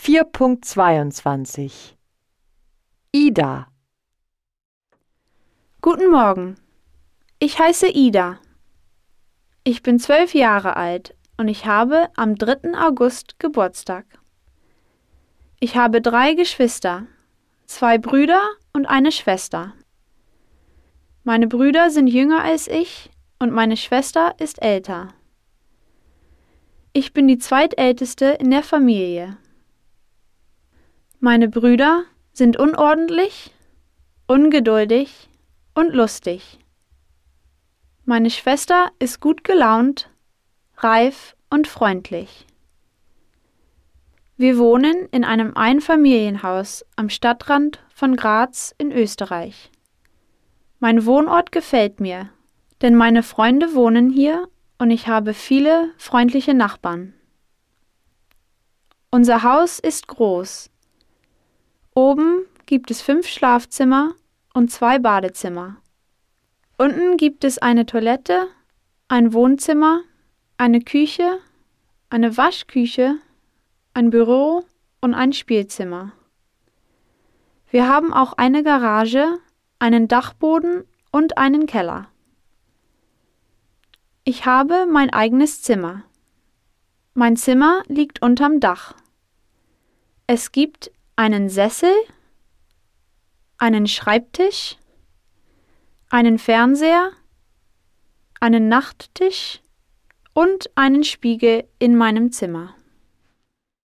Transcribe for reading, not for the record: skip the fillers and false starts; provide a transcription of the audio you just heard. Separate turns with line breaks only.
4.22 Ida.
Guten Morgen, ich heiße Ida. Ich bin 12 Jahre alt und ich habe am 3. August Geburtstag. Ich habe 3 Geschwister, 2 Brüder und eine Schwester. Meine Brüder sind jünger als ich und meine Schwester ist älter. Ich bin die zweitälteste in der Familie. Meine Brüder sind unordentlich, ungeduldig und lustig. Meine Schwester ist gut gelaunt, reif und freundlich. Wir wohnen in einem Einfamilienhaus am Stadtrand von Graz in Österreich. Mein Wohnort gefällt mir, denn meine Freunde wohnen hier und ich habe viele freundliche Nachbarn. Unser Haus ist groß. Oben gibt es 5 Schlafzimmer und 2 Badezimmer. Unten gibt es eine Toilette, ein Wohnzimmer, eine Küche, eine Waschküche, ein Büro und ein Spielzimmer. Wir haben auch eine Garage, einen Dachboden und einen Keller. Ich habe mein eigenes Zimmer. Mein Zimmer liegt unterm Dach. Es gibt einen Sessel, einen Schreibtisch, einen Fernseher, einen Nachttisch und einen Spiegel in meinem Zimmer.